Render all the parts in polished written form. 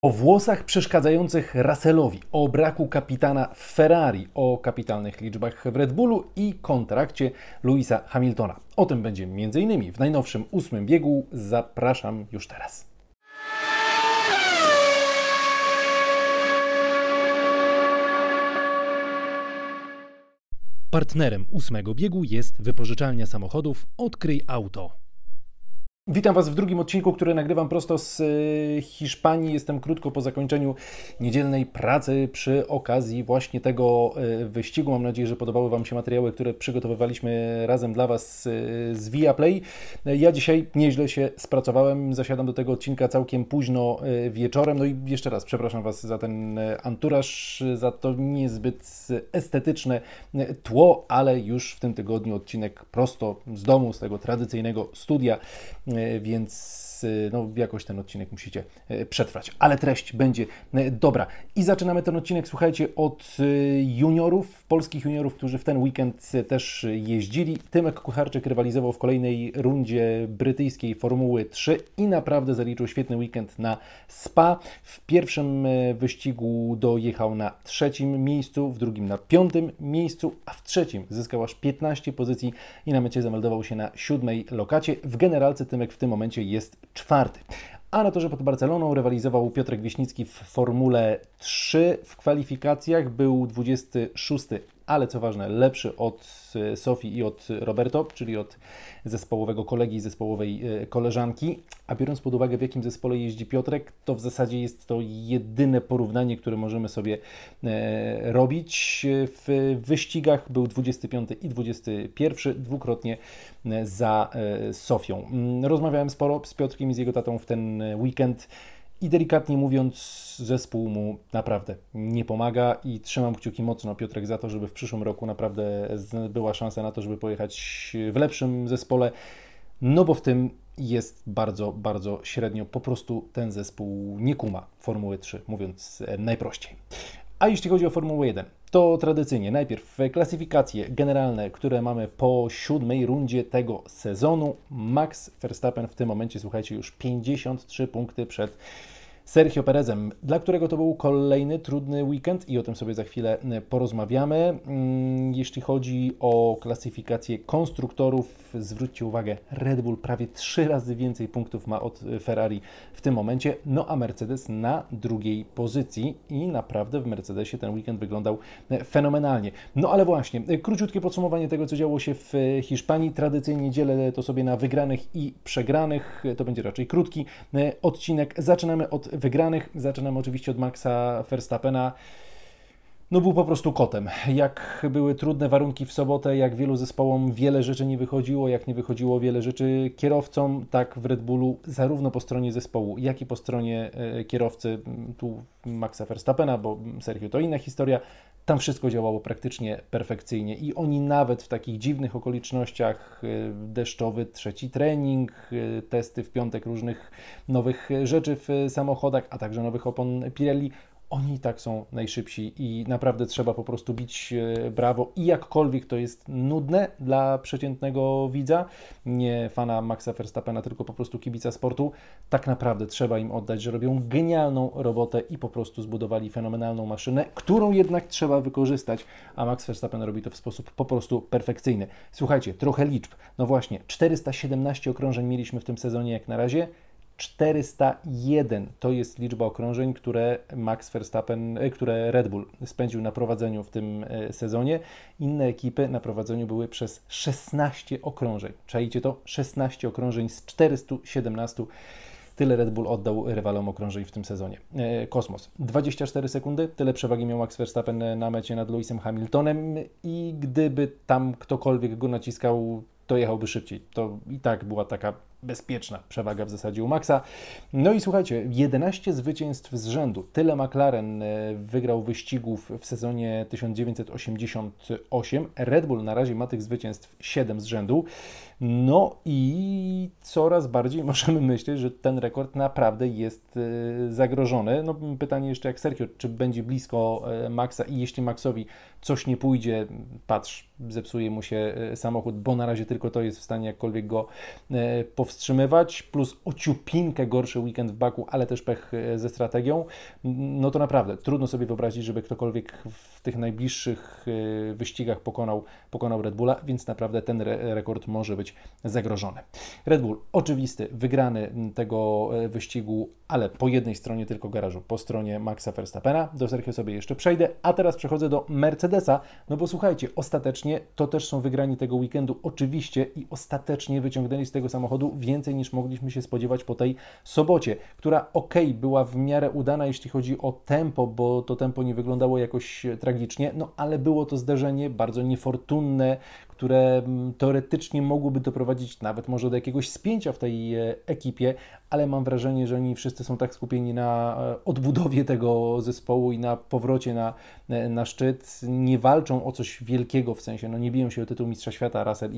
O włosach przeszkadzających Russellowi, o braku kapitana w Ferrari, o kapitalnych liczbach w Red Bullu i kontrakcie Lewisa Hamiltona. O tym będzie m.in. w najnowszym 8. biegu. Zapraszam już teraz. Partnerem 8. biegu jest wypożyczalnia samochodów Odkryj Auto. Witam Was w drugim odcinku, który nagrywam prosto z Hiszpanii. Jestem krótko po zakończeniu niedzielnej pracy przy okazji właśnie tego wyścigu. Mam nadzieję, że podobały Wam się materiały, które przygotowywaliśmy razem dla Was z Viaplay. Ja dzisiaj nieźle się spracowałem. Zasiadam do tego odcinka całkiem późno wieczorem. No i jeszcze raz przepraszam Was za ten anturaż, za to niezbyt estetyczne tło, ale już w tym tygodniu odcinek prosto z domu, z tego tradycyjnego studia. Więc jakoś ten odcinek musicie przetrwać, ale treść będzie dobra. I zaczynamy ten odcinek, słuchajcie, od juniorów, polskich juniorów, którzy w ten weekend też jeździli. Tymek Kucharczyk rywalizował w kolejnej rundzie brytyjskiej Formuły 3 i naprawdę zaliczył świetny weekend na Spa. W pierwszym wyścigu dojechał na 3. miejscu, w drugim na 5. miejscu, a w trzecim zyskał aż 15 pozycji i na mecie zameldował się na 7. lokacie. W generalce Tymek w tym momencie jest 4. A na torze pod Barceloną rywalizował Piotrek Wieśnicki w Formule 3. W kwalifikacjach był 26, ale co ważne, lepszy od Sofii i od Roberto, czyli od zespołowego kolegi i zespołowej koleżanki. A biorąc pod uwagę, w jakim zespole jeździ Piotrek, to w zasadzie jest to jedyne porównanie, które możemy sobie robić. W wyścigach był 25 i 21, dwukrotnie za Sofią. Rozmawiałem sporo z Piotrkiem i z jego tatą w ten weekend. I delikatnie mówiąc, zespół mu naprawdę nie pomaga i trzymam kciuki mocno, Piotrek, za to, żeby w przyszłym roku naprawdę była szansa na to, żeby pojechać w lepszym zespole, no bo w tym jest bardzo, bardzo średnio. Po prostu ten zespół nie kuma Formuły 3, mówiąc najprościej. A jeśli chodzi o Formułę 1, to tradycyjnie najpierw klasyfikacje generalne, które mamy po 7. rundzie tego sezonu. Max Verstappen w tym momencie, słuchajcie, już 53 punkty przed Sergio Perezem, dla którego to był kolejny trudny weekend i o tym sobie za chwilę porozmawiamy. Jeśli chodzi o klasyfikację konstruktorów, zwróćcie uwagę, Red Bull prawie 3 razy więcej punktów ma od Ferrari w tym momencie, no a Mercedes na 2. pozycji i naprawdę w Mercedesie ten weekend wyglądał fenomenalnie. No ale właśnie, króciutkie podsumowanie tego, co działo się w Hiszpanii. Tradycyjnie dzielę to sobie na wygranych i przegranych. To będzie raczej krótki odcinek. Zaczynamy od wygranych. Zaczynamy oczywiście od Maxa Verstappena. No był po prostu kotem. Jak były trudne warunki w sobotę, jak wielu zespołom wiele rzeczy nie wychodziło, jak nie wychodziło wiele rzeczy kierowcom, tak w Red Bullu zarówno po stronie zespołu, jak i po stronie kierowcy, tu Maxa Verstappena, bo Sergio to inna historia, tam wszystko działało praktycznie perfekcyjnie i oni nawet w takich dziwnych okolicznościach, deszczowy 3. trening, testy w piątek różnych nowych rzeczy w samochodach, a także nowych opon Pirelli, oni i tak są najszybsi i naprawdę trzeba po prostu bić brawo i jakkolwiek to jest nudne dla przeciętnego widza, nie fana Maxa Verstappena, tylko po prostu kibica sportu, tak naprawdę trzeba im oddać, że robią genialną robotę i po prostu zbudowali fenomenalną maszynę, którą jednak trzeba wykorzystać, a Max Verstappen robi to w sposób po prostu perfekcyjny. Słuchajcie, trochę liczb. No właśnie, 417 okrążeń mieliśmy w tym sezonie jak na razie. 401 to jest liczba okrążeń, które które Red Bull spędził na prowadzeniu w tym sezonie. Inne ekipy na prowadzeniu były przez 16 okrążeń. Czajcie to? 16 okrążeń z 417. Tyle Red Bull oddał rywalom okrążeń w tym sezonie. Kosmos. 24 sekundy, tyle przewagi miał Max Verstappen na mecie nad Lewisem Hamiltonem i gdyby tam ktokolwiek go naciskał, to jechałby szybciej. To i tak była taka bezpieczna przewaga w zasadzie u Maxa. No i słuchajcie, 11 zwycięstw z rzędu. Tyle McLaren wygrał wyścigów w sezonie 1988. Red Bull na razie ma tych zwycięstw 7 z rzędu. No i coraz bardziej możemy myśleć, że ten rekord naprawdę jest zagrożony. No pytanie jeszcze jak Sergio, czy będzie blisko Maxa i jeśli Maxowi coś nie pójdzie, patrz, zepsuje mu się samochód, bo na razie tylko to jest w stanie jakkolwiek go powstrzymywać, plus o ciupinkę gorszy weekend w Baku, ale też pech ze strategią, no to naprawdę trudno sobie wyobrazić, żeby ktokolwiek w tych najbliższych wyścigach pokonał Red Bulla, więc naprawdę ten rekord może być zagrożony. Red Bull oczywisty, wygrany tego wyścigu, ale po jednej stronie tylko garażu, po stronie Maxa Verstappena. Do Sergio sobie jeszcze przejdę, a teraz przechodzę do Mercedesa, no bo słuchajcie, ostatecznie to też są wygrani tego weekendu, oczywiście, i ostatecznie wyciągnęli z tego samochodu więcej niż mogliśmy się spodziewać po tej sobocie, która była w miarę udana, jeśli chodzi o tempo, bo to tempo nie wyglądało jakoś tragicznie, no ale było to zdarzenie bardzo niefortunne, które teoretycznie mogłoby doprowadzić nawet może do jakiegoś spięcia w tej ekipie, ale mam wrażenie, że oni wszyscy są tak skupieni na odbudowie tego zespołu i na powrocie na szczyt. Nie walczą o coś wielkiego, w sensie, no nie biją się o tytuł Mistrza Świata Russell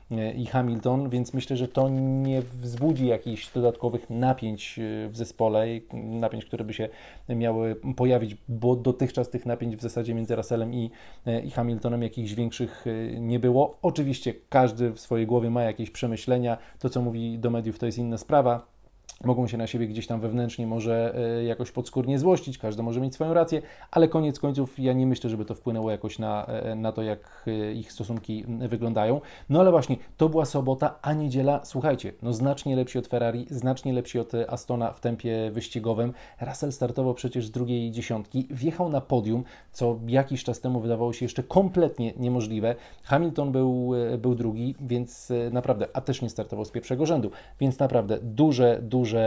i Hamilton, więc myślę, że to nie wzbudzi jakichś dodatkowych napięć w zespole, napięć, które by się miały pojawić, bo dotychczas tych napięć w zasadzie między Russellem i Hamiltonem jakichś większych nie było. Oczywiście każdy w swojej głowie ma jakieś przemyślenia, to co mówi do mediów to jest inna sprawa. Mogą się na siebie gdzieś tam wewnętrznie może jakoś podskórnie złościć, każdy może mieć swoją rację, ale koniec końców ja nie myślę, żeby to wpłynęło jakoś na to, jak ich stosunki wyglądają. No ale właśnie, to była sobota, a niedziela, słuchajcie, no znacznie lepsi od Ferrari, znacznie lepsi od Astona w tempie wyścigowym. Russell startował przecież z drugiej dziesiątki, wjechał na podium, co jakiś czas temu wydawało się jeszcze kompletnie niemożliwe. Hamilton był drugi, więc naprawdę, a też nie startował z pierwszego rzędu, więc naprawdę duże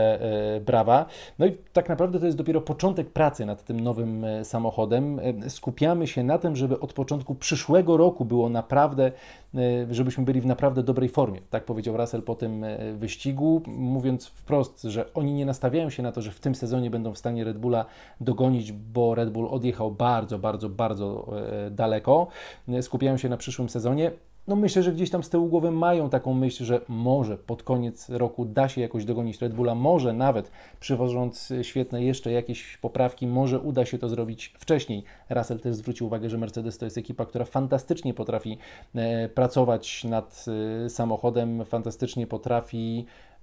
brawa. No i tak naprawdę to jest dopiero początek pracy nad tym nowym samochodem. Skupiamy się na tym, żeby od początku przyszłego roku było naprawdę, żebyśmy byli w naprawdę dobrej formie. Tak powiedział Russell po tym wyścigu, mówiąc wprost, że oni nie nastawiają się na to, że w tym sezonie będą w stanie Red Bulla dogonić, bo Red Bull odjechał bardzo daleko. Skupiają się na przyszłym sezonie. No myślę, że gdzieś tam z tyłu głowy mają taką myśl, że może pod koniec roku da się jakoś dogonić Red Bulla, może nawet przywożąc świetne jeszcze jakieś poprawki, może uda się to zrobić wcześniej. Russell też zwrócił uwagę, że Mercedes to jest ekipa, która fantastycznie potrafi pracować nad samochodem, fantastycznie potrafi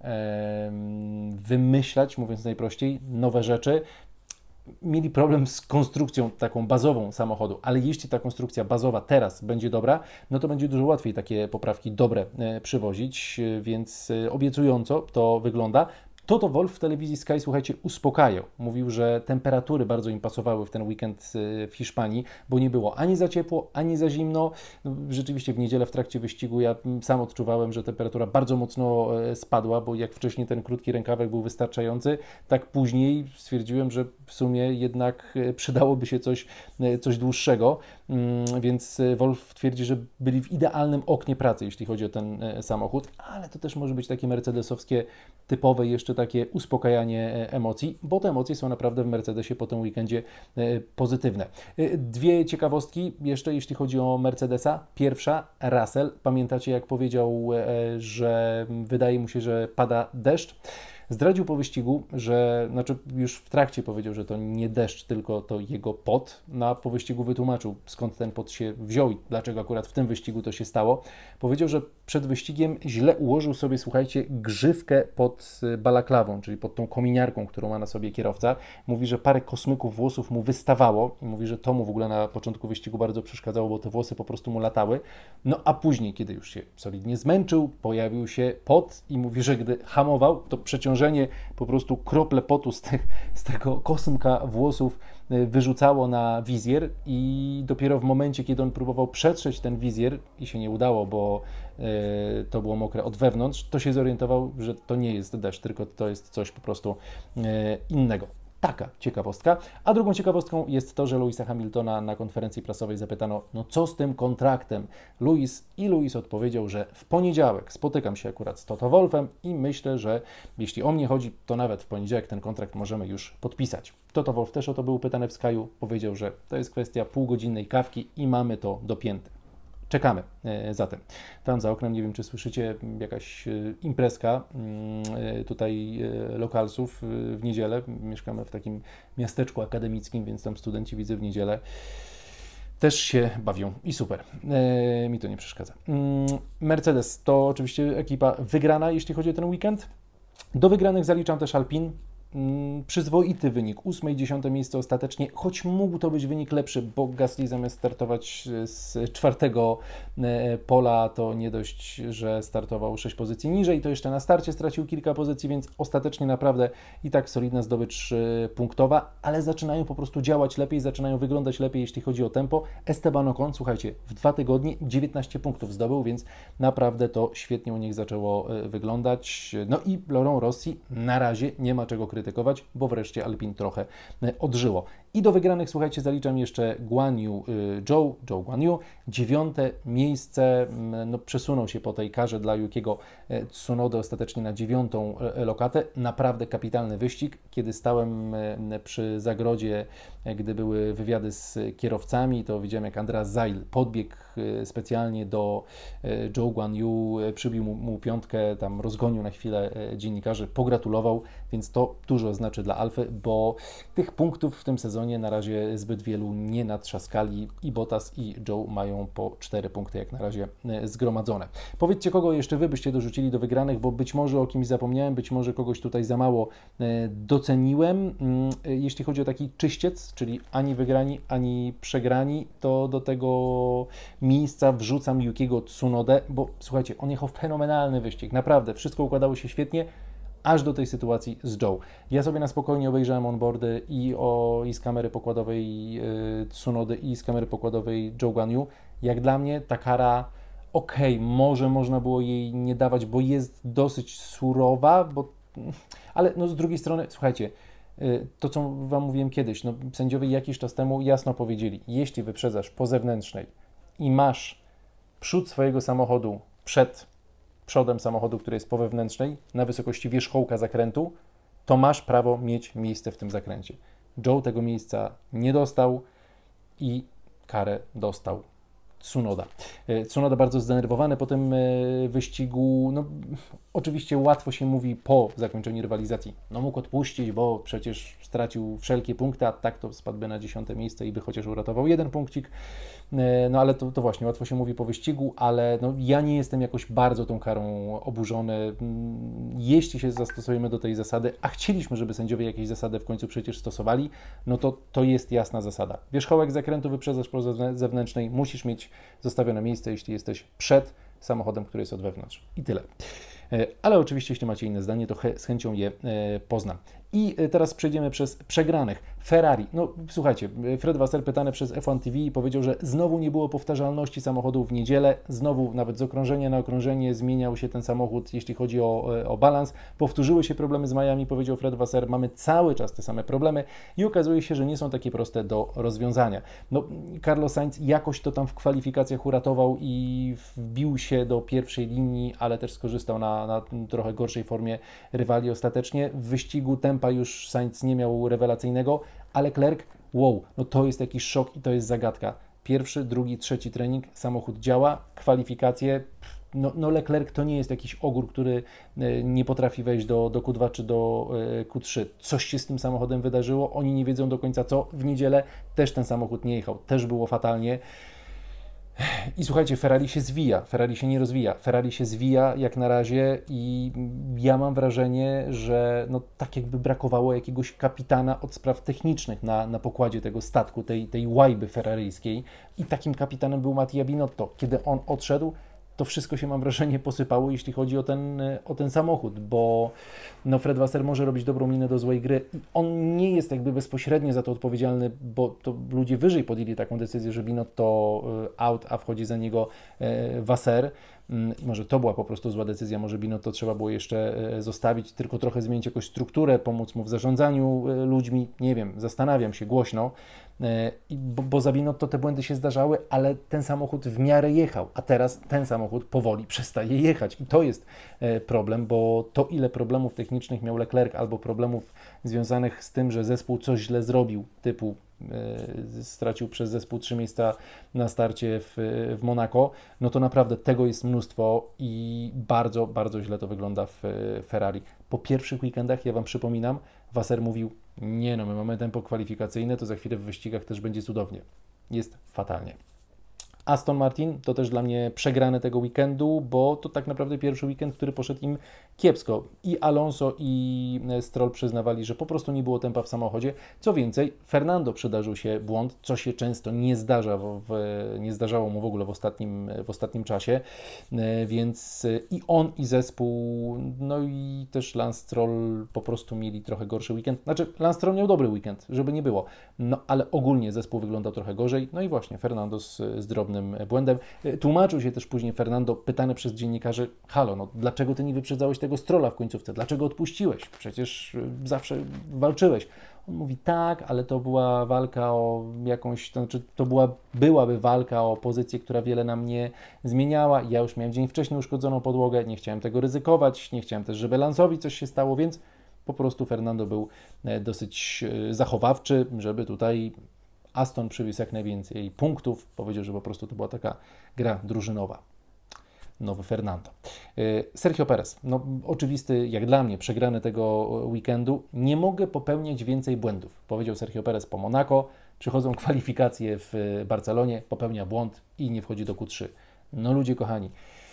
wymyślać, mówiąc najprościej, nowe rzeczy. Mieli problem z konstrukcją taką bazową samochodu, ale jeśli ta konstrukcja bazowa teraz będzie dobra, no to będzie dużo łatwiej takie poprawki dobre przywozić, więc obiecująco to wygląda. Toto Wolff w telewizji Sky, słuchajcie, uspokajał. Mówił, że temperatury bardzo im pasowały w ten weekend w Hiszpanii, bo nie było ani za ciepło, ani za zimno. No, rzeczywiście w niedzielę w trakcie wyścigu ja sam odczuwałem, że temperatura bardzo mocno spadła, bo jak wcześniej ten krótki rękawek był wystarczający, tak później stwierdziłem, że w sumie jednak przydałoby się coś dłuższego, więc Wolff twierdzi, że byli w idealnym oknie pracy, jeśli chodzi o ten samochód, ale to też może być takie mercedesowskie typowe jeszcze takie uspokajanie emocji, bo te emocje są naprawdę w Mercedesie po tym weekendzie pozytywne. Dwie ciekawostki jeszcze, jeśli chodzi o Mercedesa. Pierwsza, Russell. Pamiętacie, jak powiedział, że wydaje mu się, że pada deszcz? Zdradził po wyścigu, że, znaczy już w trakcie powiedział, że to nie deszcz, tylko to jego pot. No, po wyścigu wytłumaczył, skąd ten pot się wziął i dlaczego akurat w tym wyścigu to się stało. Powiedział, że przed wyścigiem źle ułożył sobie, słuchajcie, grzywkę pod balaklawą, czyli pod tą kominiarką, którą ma na sobie kierowca. Mówi, że parę kosmyków włosów mu wystawało i mówi, że to mu w ogóle na początku wyścigu bardzo przeszkadzało, bo te włosy po prostu mu latały. No a później, kiedy już się solidnie zmęczył, pojawił się pot i mówi, że gdy hamował, to przeciążenie po prostu krople potu z tego kosmka włosów wyrzucało na wizjer i dopiero w momencie, kiedy on próbował przetrzeć ten wizjer i się nie udało, bo to było mokre od wewnątrz, to się zorientował, że to nie jest deszcz, tylko to jest coś po prostu innego. Taka ciekawostka. A drugą ciekawostką jest to, że Lewisa Hamiltona na konferencji prasowej zapytano, no co z tym kontraktem? Lewis odpowiedział, że w poniedziałek spotykam się akurat z Toto Wolffem i myślę, że jeśli o mnie chodzi, to nawet w poniedziałek ten kontrakt możemy już podpisać. Toto Wolff też o to był pytany w Sky'u, powiedział, że to jest kwestia półgodzinnej kawki i mamy to dopięte. Czekamy zatem. Tam za oknem, nie wiem czy słyszycie, jakaś imprezka tutaj lokalsów w niedzielę. Mieszkamy w takim miasteczku akademickim, więc tam studenci widzę w niedzielę też się bawią i super. Mi to nie przeszkadza. Mercedes to oczywiście ekipa wygrana, jeśli chodzi o ten weekend. Do wygranych zaliczam też Alpine. Przyzwoity wynik, 8. i 10. miejsce ostatecznie, choć mógł to być wynik lepszy, bo Gasly zamiast startować z 4. pola, to nie dość, że startował 6 pozycji niżej, to jeszcze na starcie stracił kilka pozycji, więc ostatecznie naprawdę i tak solidna zdobycz punktowa, ale zaczynają po prostu działać lepiej, zaczynają wyglądać lepiej, jeśli chodzi o tempo. Esteban Ocon, słuchajcie, w 2 tygodnie 19 punktów zdobył, więc naprawdę to świetnie u nich zaczęło wyglądać. No i Laurent Rossi na razie nie ma czego krytykować, bo wreszcie Alpine trochę odżyło. I do wygranych, słuchajcie, zaliczam jeszcze Guan Yu, Zhou Guan Yu, 9. miejsce, no, przesunął się po tej karze dla Yukiego Tsunody ostatecznie na 9. lokatę. Naprawdę kapitalny wyścig. Kiedy stałem przy zagrodzie, gdy były wywiady z kierowcami, to widziałem, jak Andreas Seidl podbiegł specjalnie do Zhou Guan Yu, przybił mu piątkę, tam rozgonił na chwilę dziennikarzy, pogratulował, więc to dużo znaczy dla Alfy, bo tych punktów w tym sezonie na razie zbyt wielu nie natrzaskali i Bottas i Zhou mają po 4 punkty jak na razie zgromadzone. Powiedzcie, kogo jeszcze Wy byście dorzucili do wygranych, bo być może o kimś zapomniałem, być może kogoś tutaj za mało doceniłem. Jeśli chodzi o taki czyściec, czyli ani wygrani, ani przegrani, to do tego miejsca wrzucam Yukiego Tsunodę, bo słuchajcie, on jechał fenomenalny wyścig, naprawdę, wszystko układało się świetnie, aż do tej sytuacji z Zhou. Ja sobie na spokojnie obejrzałem onboardy i z kamery pokładowej Tsunody, i z kamery pokładowej Zhou Guan Yu. Jak dla mnie ta kara, może można było jej nie dawać, bo jest dosyć surowa, ale no z drugiej strony, słuchajcie, to co Wam mówiłem kiedyś, no sędziowie jakiś czas temu jasno powiedzieli, jeśli wyprzedzasz po zewnętrznej i masz przód swojego samochodu przed przodem samochodu, który jest po wewnętrznej, na wysokości wierzchołka zakrętu, to masz prawo mieć miejsce w tym zakręcie. Zhou tego miejsca nie dostał i karę dostał Tsunoda. Tsunoda bardzo zdenerwowany po tym wyścigu. No, oczywiście łatwo się mówi po zakończeniu rywalizacji. No mógł odpuścić, bo przecież stracił wszelkie punkty, a tak to spadłby na 10. miejsce i by chociaż uratował jeden punkcik. No ale to właśnie łatwo się mówi po wyścigu, ale no, ja nie jestem jakoś bardzo tą karą oburzony. Jeśli się zastosujemy do tej zasady, a chcieliśmy, żeby sędziowie jakieś zasady w końcu przecież stosowali, no to jest jasna zasada. Wierzchołek zakrętu wyprzedzasz po zewnętrznej, musisz mieć zostawione miejsce, jeśli jesteś przed samochodem, który jest od wewnątrz. I tyle. Ale oczywiście, jeśli macie inne zdanie, to z chęcią je poznam. I teraz przejdziemy przez przegranych. Ferrari. No słuchajcie, Fred Vasseur pytany przez F1 TV powiedział, że znowu nie było powtarzalności samochodów w niedzielę, znowu nawet z okrążenia na okrążenie zmieniał się ten samochód, jeśli chodzi o balans. Powtórzyły się problemy z Miami, powiedział Fred Vasseur, mamy cały czas te same problemy i okazuje się, że nie są takie proste do rozwiązania. No, Carlos Sainz jakoś to tam w kwalifikacjach uratował i wbił się do pierwszej linii, ale też skorzystał na trochę gorszej formie rywali ostatecznie. W wyścigu tempa już Sainz nie miał rewelacyjnego, ale Leclerc, wow, no to jest jakiś szok i to jest zagadka. Pierwszy, drugi, trzeci trening, samochód działa, kwalifikacje, no Leclerc to nie jest jakiś ogór, który nie potrafi wejść do Q2 czy do Q3. Coś się z tym samochodem wydarzyło, oni nie wiedzą do końca co. W niedzielę też ten samochód nie jechał, też było fatalnie. I słuchajcie, Ferrari się zwija, Ferrari się nie rozwija, Ferrari się zwija jak na razie i ja mam wrażenie, że no tak jakby brakowało jakiegoś kapitana od spraw technicznych na pokładzie tego statku, tej łajby ferraryjskiej i takim kapitanem był Mattia Binotto. Kiedy on odszedł, to wszystko się, mam wrażenie, posypało, jeśli chodzi o ten samochód, bo no Fred Vasseur może robić dobrą minę do złej gry i on nie jest jakby bezpośrednio za to odpowiedzialny, bo to ludzie wyżej podjęli taką decyzję, że Binotto out, a wchodzi za niego Vasseur. I może to była po prostu zła decyzja, może Binotto trzeba było jeszcze zostawić, tylko trochę zmienić jakąś strukturę, pomóc mu w zarządzaniu ludźmi, nie wiem, zastanawiam się głośno, bo za Binotto te błędy się zdarzały, ale ten samochód w miarę jechał, a teraz ten samochód powoli przestaje jechać i to jest problem, bo to ile problemów technicznych miał Leclerc albo problemów związanych z tym, że zespół coś źle zrobił, typu stracił przez zespół 3 miejsca na starcie w Monako, no to naprawdę tego jest mnóstwo i bardzo, bardzo źle to wygląda w Ferrari. Po pierwszych weekendach, ja Wam przypominam, Wasser mówił, nie no, my mamy tempo kwalifikacyjne, to za chwilę w wyścigach też będzie cudownie. Jest fatalnie. Aston Martin to też dla mnie przegrane tego weekendu, bo to tak naprawdę pierwszy weekend, który poszedł im kiepsko. I Alonso i Stroll przyznawali, że po prostu nie było tempa w samochodzie. Co więcej, Fernando przydarzył się błąd, co się często nie zdarza, nie zdarzało mu w ogóle w ostatnim czasie, więc i on i zespół, no i też Lance Stroll po prostu mieli trochę gorszy weekend. Znaczy, Lance Stroll miał dobry weekend, żeby nie było, no ale ogólnie zespół wyglądał trochę gorzej, no i właśnie Fernando z drobnym błędem. Tłumaczył się też później Fernando, pytany przez dziennikarzy, halo, no dlaczego ty nie wyprzedzałeś tego Strolla w końcówce? Dlaczego odpuściłeś? Przecież zawsze walczyłeś. On mówi, tak, ale to była walka o jakąś, to znaczy to byłaby walka o pozycję, która wiele nam nie zmieniała. Ja już miałem dzień wcześniej uszkodzoną podłogę, nie chciałem tego ryzykować, nie chciałem też, żeby Lance'owi coś się stało, więc po prostu Fernando był dosyć zachowawczy, żeby tutaj Aston przywiózł jak najwięcej punktów. Powiedział, że po prostu to była taka gra drużynowa. Nowy Fernando. Sergio Perez. No, oczywisty, jak dla mnie, przegrany tego weekendu. Nie mogę popełniać więcej błędów. Powiedział Sergio Perez po Monaco. Przychodzą kwalifikacje w Barcelonie, popełnia błąd i nie wchodzi do Q3. No ludzie kochani,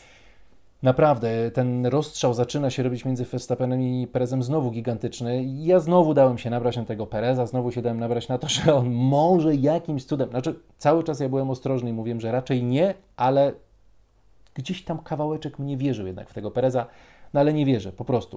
naprawdę, ten rozstrzał zaczyna się robić między Verstappenem i Perezem znowu gigantyczny. Ja znowu dałem się nabrać na tego Pereza, znowu się dałem nabrać na to, że on może jakimś cudem, znaczy cały czas ja byłem ostrożny i mówiłem, że raczej nie, ale gdzieś tam kawałeczek mnie wierzył jednak w tego Pereza, no ale nie wierzę, po prostu.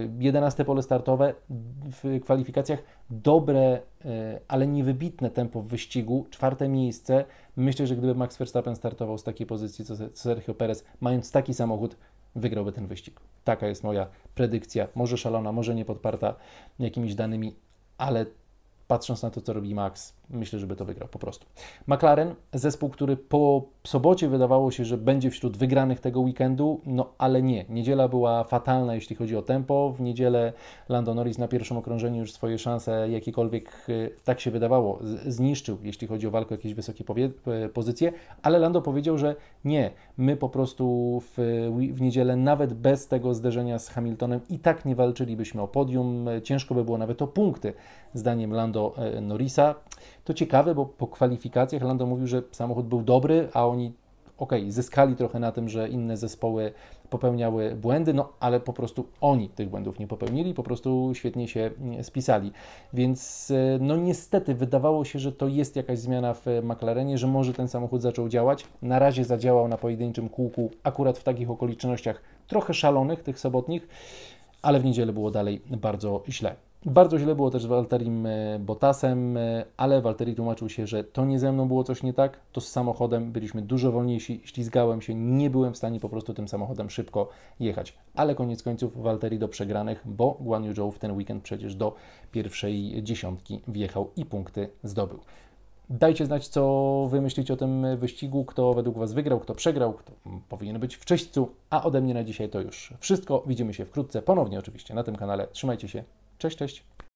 11 pole startowe w kwalifikacjach, dobre, ale niewybitne tempo w wyścigu, 4. miejsce. Myślę, że gdyby Max Verstappen startował z takiej pozycji co Sergio Perez, mając taki samochód, wygrałby ten wyścig. Taka jest moja predykcja, może szalona, może nie podparta jakimiś danymi, ale patrząc na to, co robi Max, myślę, żeby to wygrał po prostu. McLaren, zespół, który po sobocie wydawało się, że będzie wśród wygranych tego weekendu, no ale nie. Niedziela była fatalna, jeśli chodzi o tempo. W niedzielę Lando Norris na pierwszym okrążeniu już swoje szanse jakiekolwiek, tak się wydawało, zniszczył, jeśli chodzi o walkę o jakieś wysokie pozycje, ale Lando powiedział, że nie, my po prostu w niedzielę nawet bez tego zderzenia z Hamiltonem i tak nie walczylibyśmy o podium, ciężko by było nawet o punkty, zdaniem Lando Norrisa. To ciekawe, bo po kwalifikacjach Lando mówił, że samochód był dobry, a oni zyskali trochę na tym, że inne zespoły popełniały błędy, no ale po prostu oni tych błędów nie popełnili, po prostu świetnie się spisali. Więc no niestety wydawało się, że to jest jakaś zmiana w McLarenie, że może ten samochód zaczął działać. Na razie zadziałał na pojedynczym kółku, akurat w takich okolicznościach trochę szalonych, tych sobotnich, ale w niedzielę było dalej bardzo źle. Bardzo źle było też z Valtterim Bottasem, ale Valtteri tłumaczył się, że to nie ze mną było coś nie tak, to z samochodem byliśmy dużo wolniejsi, ślizgałem się, nie byłem w stanie po prostu tym samochodem szybko jechać. Ale koniec końców Valtteri do przegranych, bo Guan Yu Zhou w ten weekend przecież do pierwszej dziesiątki wjechał i punkty zdobył. Dajcie znać, co Wy myślicie o tym wyścigu, kto według Was wygrał, kto przegrał, kto powinien być w czyśćcu, a ode mnie na dzisiaj to już wszystko. Widzimy się wkrótce ponownie oczywiście na tym kanale. Trzymajcie się. Cześć, cześć.